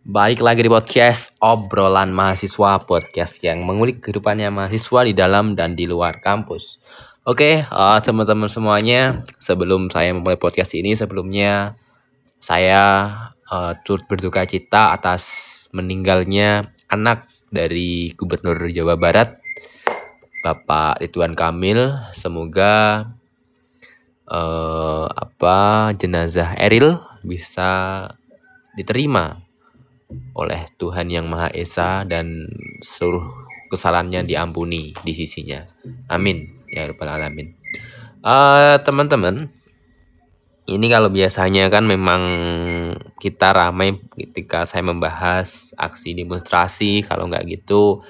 Baik lagi di podcast obrolan mahasiswa, podcast yang mengulik kehidupannya mahasiswa di dalam dan di luar kampus. Oke, teman-teman semuanya, sebelum saya memulai podcast ini, sebelumnya saya turut berduka cita atas meninggalnya anak dari Gubernur Jawa Barat, Bapak Ridwan Kamil. Semoga jenazah Eril bisa diterima oleh Tuhan Yang Maha Esa dan seluruh kesalahannya diampuni di sisinya. Amin ya rabbal alamin. Teman-teman, ini kalau biasanya kan memang kita ramai ketika saya membahas aksi demonstrasi, kalau nggak gitu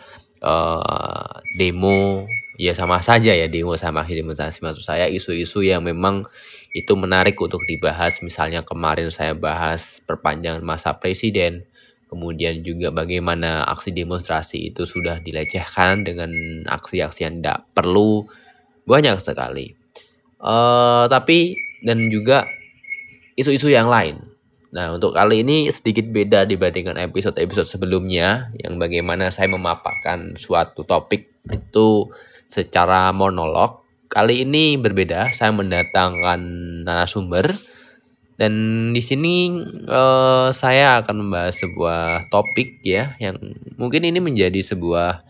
demo, ya sama saja ya, demo sama aksi demonstrasi. Maksud saya isu-isu yang memang itu menarik untuk dibahas. Misalnya kemarin saya bahas perpanjangan masa presiden, kemudian juga bagaimana aksi demonstrasi itu sudah dilecehkan dengan aksi-aksi yang tidak perlu, banyak sekali. Tapi dan juga isu-isu yang lain. Nah, untuk kali ini sedikit beda dibandingkan episode-episode sebelumnya yang bagaimana saya memaparkan suatu topik itu secara monolog. Kali ini berbeda, saya mendatangkan narasumber dan di sini saya akan membahas sebuah topik ya yang mungkin ini menjadi sebuah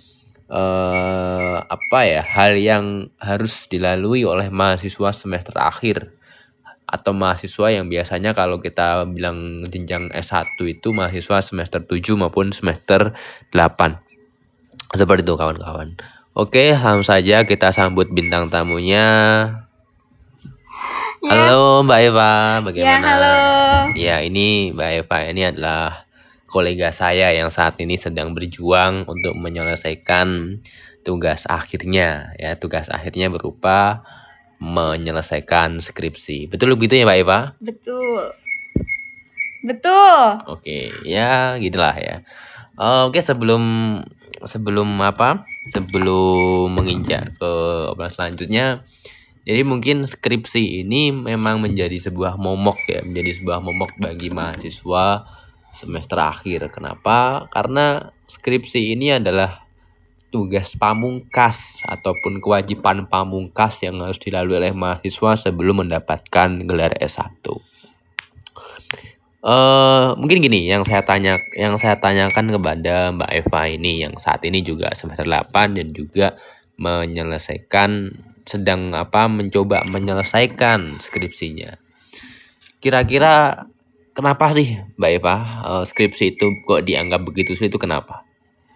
hal yang harus dilalui oleh mahasiswa semester akhir atau mahasiswa yang biasanya kalau kita bilang jenjang S1 itu mahasiswa semester 7 maupun semester 8. Seperti itu kawan-kawan. Oke, langsung saja kita sambut bintang tamunya. Yes. Halo Mbak Eva, bagaimana? Ya, halo. Ya, ini Mbak Eva ini adalah kolega saya yang saat ini sedang berjuang untuk menyelesaikan tugas akhirnya. Ya, tugas akhirnya berupa menyelesaikan skripsi. Betul begitu ya Mbak Eva? Betul. Oke, ya gitulah ya. Oke, sebelum menginjak ke obrolan selanjutnya, jadi mungkin skripsi ini memang menjadi sebuah momok ya, menjadi sebuah momok bagi mahasiswa semester akhir. Kenapa? Karena skripsi ini adalah tugas pamungkas ataupun kewajiban pamungkas yang harus dilalui oleh mahasiswa sebelum mendapatkan gelar S1. Mungkin gini yang saya tanyakan kepada Mbak Eva ini yang saat ini juga semester 8 dan juga mencoba menyelesaikan skripsinya. Kira-kira kenapa sih Mbak Eva skripsi itu kok dianggap begitu sulit, itu kenapa?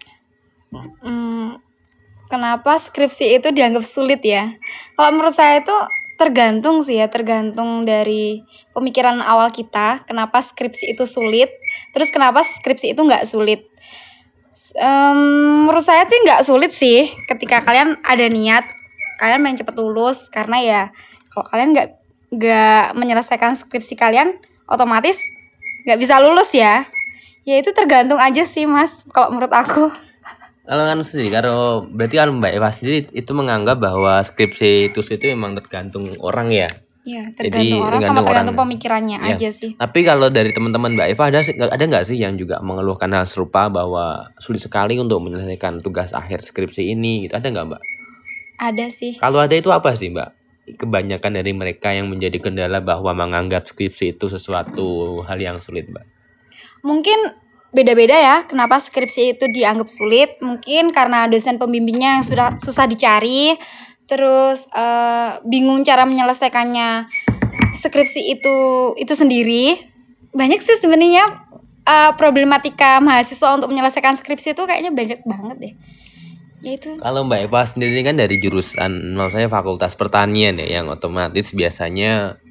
Kenapa skripsi itu dianggap sulit ya? Kalau menurut saya itu tergantung dari pemikiran awal kita. Kenapa skripsi itu sulit? Terus kenapa skripsi itu nggak sulit? Menurut saya sih nggak sulit sih. Ketika kalian ada niat, kalian pengen cepet lulus. Karena ya kalau kalian nggak menyelesaikan skripsi kalian, otomatis nggak bisa lulus ya. Ya itu tergantung aja sih mas. Kalau menurut aku. Kalau berarti kan Mbak Eva sendiri itu menganggap bahwa skripsi itu memang tergantung orang ya. Iya, tergantung pemikirannya ya. aja sih. Tapi kalau dari teman-teman Mbak Eva ada nggak sih yang juga mengeluhkan hal serupa bahwa sulit sekali untuk menyelesaikan tugas akhir skripsi ini gitu, ada nggak Mbak? Ada sih. Kalau ada itu apa sih Mbak? Kebanyakan dari mereka yang menjadi kendala bahwa menganggap skripsi itu sesuatu hal yang sulit Mbak. Mungkin beda-beda ya kenapa skripsi itu dianggap sulit. Mungkin karena dosen pembimbingnya yang sudah susah dicari, terus bingung cara menyelesaikannya skripsi itu sendiri. Banyak sih sebenarnya problematika mahasiswa untuk menyelesaikan skripsi itu kayaknya banyak banget deh. Yaitu. Kalau Mbak Eva sendiri kan dari jurusan maksudnya Fakultas Pertanian ya, yang otomatis biasanya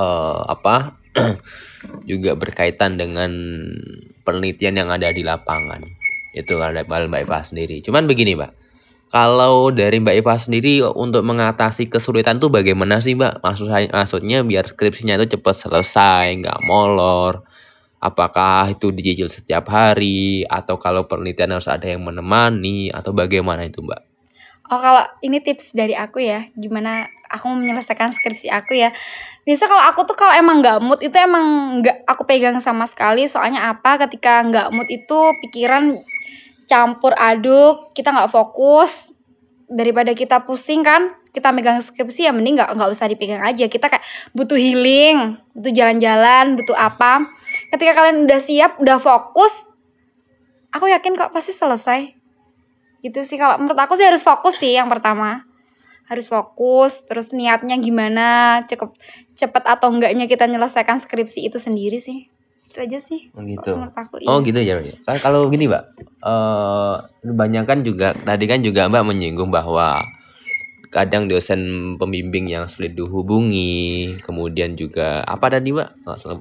juga berkaitan dengan penelitian yang ada di lapangan. Itu ada Mbak Eva sendiri. Cuman begini Mbak, kalau dari Mbak Eva sendiri untuk mengatasi kesulitan tuh bagaimana sih Mbak? Maksudnya biar skripsinya itu cepat selesai, nggak molor. Apakah itu dicicil setiap hari atau kalau penelitian harus ada yang menemani atau bagaimana itu Mbak? Oh, kalau ini tips dari aku ya, gimana aku menyelesaikan skripsi aku ya. Biasa kalau aku tuh kalau emang nggak mood itu emang nggak aku pegang sama sekali. Soalnya apa? Ketika nggak mood itu pikiran campur aduk, kita nggak fokus. Daripada kita pusing kan, kita megang skripsi ya mending nggak usah dipegang aja. Kita kayak butuh healing, butuh jalan-jalan, butuh apa. Ketika kalian udah siap, udah fokus, aku yakin kok pasti selesai. Gitu sih, kalau menurut aku sih harus fokus sih yang pertama. Harus fokus, terus niatnya gimana, cukup cepet atau enggaknya kita menyelesaikan skripsi itu sendiri sih. Itu aja sih. Oh gitu. Menurut aku Oh iya. gitu ya. Kalau gini Mbak, kebanyakan juga tadi kan juga Mbak menyinggung bahwa kadang dosen pembimbing yang sulit dihubungi, kemudian juga apa tadi Mbak?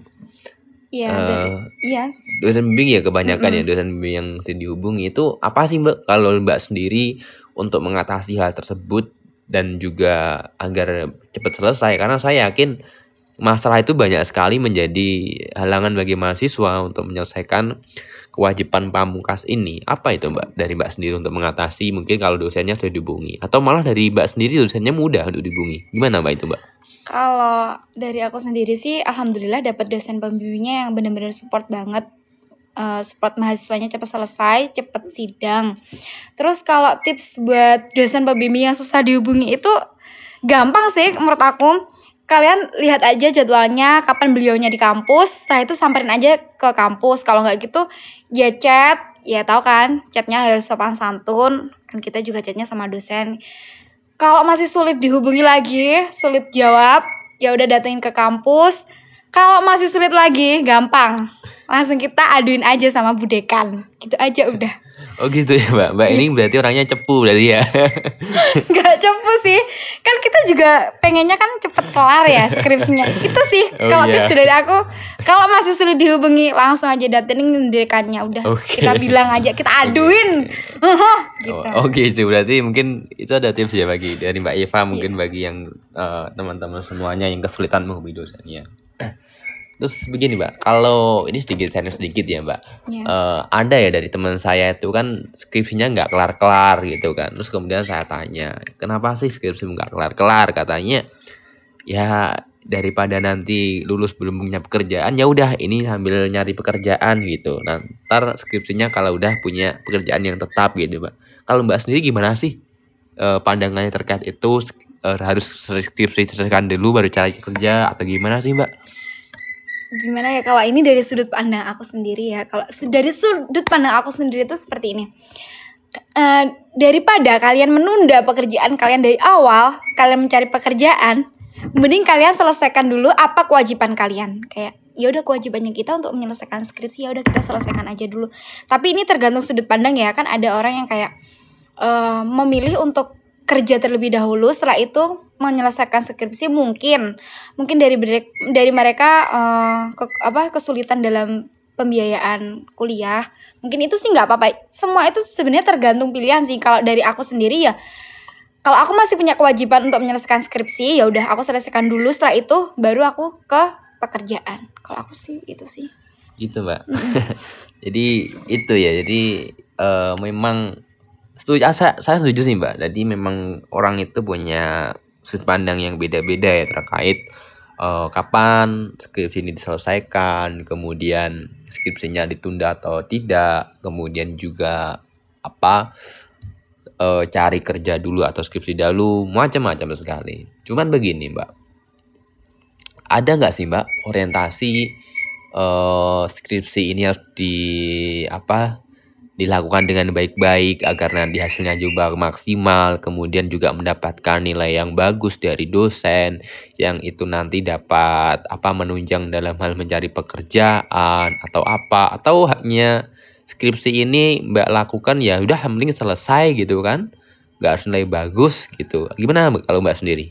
Iya, iya. Dosen pembimbing ya kebanyakan ya, Mm-mm. dosen pembimbing yang sulit dihubungi itu apa sih Mbak kalau Mbak sendiri untuk mengatasi hal tersebut dan juga agar cepat selesai? Karena saya yakin masalah itu banyak sekali menjadi halangan bagi mahasiswa untuk menyelesaikan kewajiban pamungkas ini. Apa itu Mbak dari Mbak sendiri untuk mengatasi mungkin kalau dosennya sudah dihubungi atau malah dari Mbak sendiri dosennya mudah untuk dihubungi? Gimana Mbak itu Mbak? Kalau dari aku sendiri sih alhamdulillah dapat dosen pembimbingnya yang benar-benar support banget. Support mahasiswanya cepat selesai, cepat sidang. Terus kalau tips buat dosen pembimbing yang susah dihubungi itu gampang sih menurut aku. Kalian lihat aja jadwalnya kapan beliaunya di kampus, setelah itu samperin aja ke kampus. Kalau nggak gitu ya chat, ya tahu kan chatnya harus sopan santun, kan kita juga chatnya sama dosen. Kalau masih sulit dihubungi lagi, sulit jawab, ya udah datengin ke kampus. Kalau masih sulit lagi, gampang. Langsung kita aduin aja sama Bu Dekan. Gitu aja udah. Oh gitu ya Mbak. Mbak ini berarti orangnya cepu berarti ya. Gak cepu sih. Kan kita juga pengennya kan cepet kelar ya skripsinya. Itu sih Oh kalau iya. tips dari aku. Kalau masih sulit dihubungi, langsung aja datengin dekannya udah. Oke. Kita bilang aja, kita aduin. Gitu. Oh gitu berarti mungkin itu ada tips ya bagi dari Mbak Eva mungkin Iya. bagi yang teman-teman semuanya yang kesulitan menghubungi dosennya. Terus begini Mbak, kalau ini sedikit serius sedikit ya Mbak, Iya. ada ya dari teman saya itu kan skripsinya nggak kelar-kelar gitu kan. Terus kemudian saya tanya, kenapa sih skripsi nggak kelar-kelar? Katanya, ya daripada nanti lulus belum punya pekerjaan, ya udah ini sambil nyari pekerjaan gitu. Nah, ntar skripsinya kalau udah punya pekerjaan yang tetap gitu Mbak. Kalau Mbak sendiri gimana sih pandangannya terkait itu? Harus skripsi selesaikan dulu baru cari kerja atau gimana sih Mbak? Gimana ya, kalau ini dari sudut pandang aku sendiri ya. Kalau dari sudut pandang aku sendiri itu seperti ini. Daripada kalian menunda pekerjaan kalian dari awal, kalian mencari pekerjaan, mending kalian selesaikan dulu apa kewajiban kalian. Kayak ya udah kewajibannya kita untuk menyelesaikan skripsi, ya udah kita selesaikan aja dulu. Tapi ini tergantung sudut pandang ya. Kan ada orang yang kayak memilih untuk kerja terlebih dahulu, setelah itu menyelesaikan skripsi. Mungkin dari mereka kesulitan dalam pembiayaan kuliah, mungkin itu sih nggak apa-apa. Semua itu sebenarnya tergantung pilihan sih. Kalau dari aku sendiri ya, kalau aku masih punya kewajiban untuk menyelesaikan skripsi, ya udah aku selesaikan dulu, setelah itu baru aku ke pekerjaan. Kalau aku sih itu sih. Gitu Mbak. Jadi itu ya. Jadi memang saya setuju sih Mbak. Jadi memang orang itu punya sudut pandang yang beda-beda ya terkait kapan skripsi ini diselesaikan, kemudian skripsinya ditunda atau tidak, kemudian juga apa cari kerja dulu atau skripsi dulu, macam-macam sekali. Cuman begini Mbak, ada nggak sih Mbak orientasi skripsi ini harus dilakukan dengan baik-baik agar nanti hasilnya juga maksimal, kemudian juga mendapatkan nilai yang bagus dari dosen yang itu nanti dapat menunjang dalam hal mencari pekerjaan atau hanya skripsi ini Mbak lakukan ya udah penting selesai gitu kan, nggak harus nilai bagus gitu. Gimana Mbak kalau Mbak sendiri?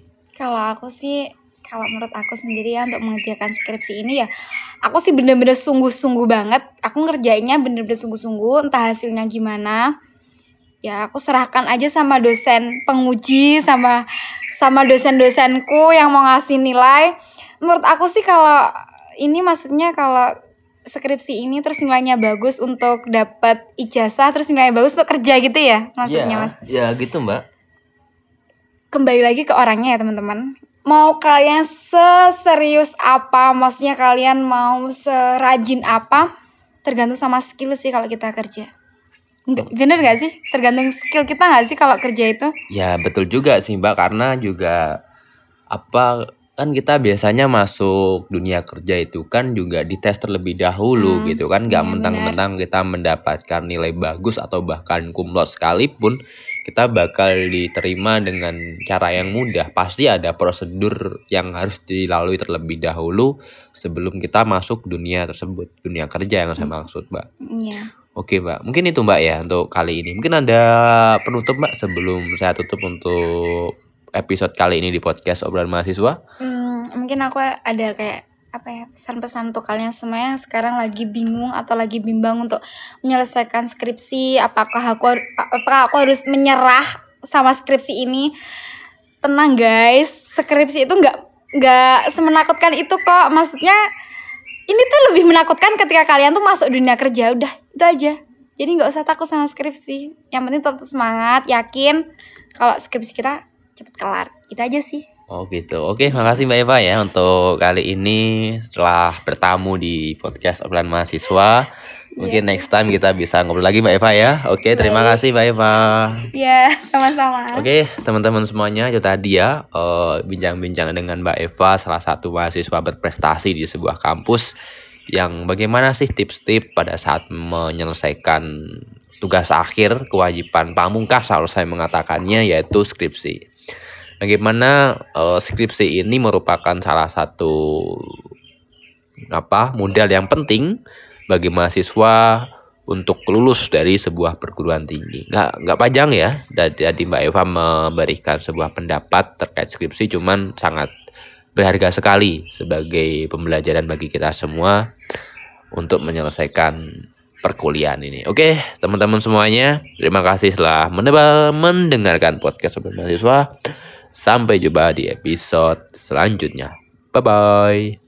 Kalau menurut aku sendiri ya, untuk mengerjakan skripsi ini ya, aku sih bener-bener sungguh-sungguh banget. Aku ngerjainnya bener-bener sungguh-sungguh, entah hasilnya gimana. Ya aku serahkan aja sama dosen penguji, sama dosen-dosenku yang mau ngasih nilai. Menurut aku sih kalau ini maksudnya kalau skripsi ini terus nilainya bagus untuk dapat ijazah, terus nilainya bagus untuk kerja gitu ya maksudnya Mas. Ya gitu Mbak. kembali lagi ke orangnya ya teman-teman. Mau kalian seserius apa, maksudnya kalian mau serajin apa, tergantung sama skill sih kalau kita kerja. Bener gak sih? Tergantung skill kita gak sih kalau kerja itu? Ya betul juga sih Mbak, karena juga kan kita biasanya masuk dunia kerja itu kan juga dites terlebih dahulu gitu kan, nggak iya, mentang-mentang kita mendapatkan nilai bagus atau bahkan cum laude sekalipun kita bakal diterima dengan cara yang mudah. Pasti ada prosedur yang harus dilalui terlebih dahulu sebelum kita masuk dunia tersebut, dunia kerja yang saya maksud Mbak. Iya. Oke Mbak, mungkin itu Mbak ya untuk kali ini. Mungkin ada penutup Mbak sebelum saya tutup untuk episode kali ini di podcast obrolan mahasiswa. Mungkin aku ada kayak apa ya, pesan-pesan untuk kalian semua yang sekarang lagi bingung atau lagi bimbang untuk menyelesaikan skripsi. Apakah aku harus menyerah sama skripsi ini? Tenang guys, skripsi itu nggak semenakutkan itu kok. Maksudnya ini tuh lebih menakutkan ketika kalian tuh masuk dunia kerja. Udah, itu aja. Jadi nggak usah takut sama skripsi. Yang penting tetap semangat, yakin kalau skripsi kita cepet kelar. Itu aja sih. Oh gitu. Oke, makasih Mbak Eva ya untuk kali ini setelah bertamu di podcast obrolan mahasiswa. Mungkin next time kita bisa ngobrol lagi Mbak Eva ya. Oke, terima kasih Mbak Eva. Ya, sama-sama. Oke, teman-teman semuanya, itu tadi ya bincang-bincang dengan Mbak Eva, salah satu mahasiswa berprestasi di sebuah kampus, yang bagaimana sih tips-tips pada saat menyelesaikan tugas akhir, kewajiban pamungkas kalau saya mengatakannya, yaitu skripsi. Bagaimana skripsi ini merupakan salah satu modal yang penting bagi mahasiswa untuk lulus dari sebuah perguruan tinggi. Nggak panjang ya. Jadi Mbak Eva memberikan sebuah pendapat terkait skripsi, cuman sangat berharga sekali sebagai pembelajaran bagi kita semua untuk menyelesaikan perkuliahan ini. Oke, teman-teman semuanya, terima kasih telah mendengarkan podcast obrolan mahasiswa. Sampai jumpa di episode selanjutnya. Bye-bye.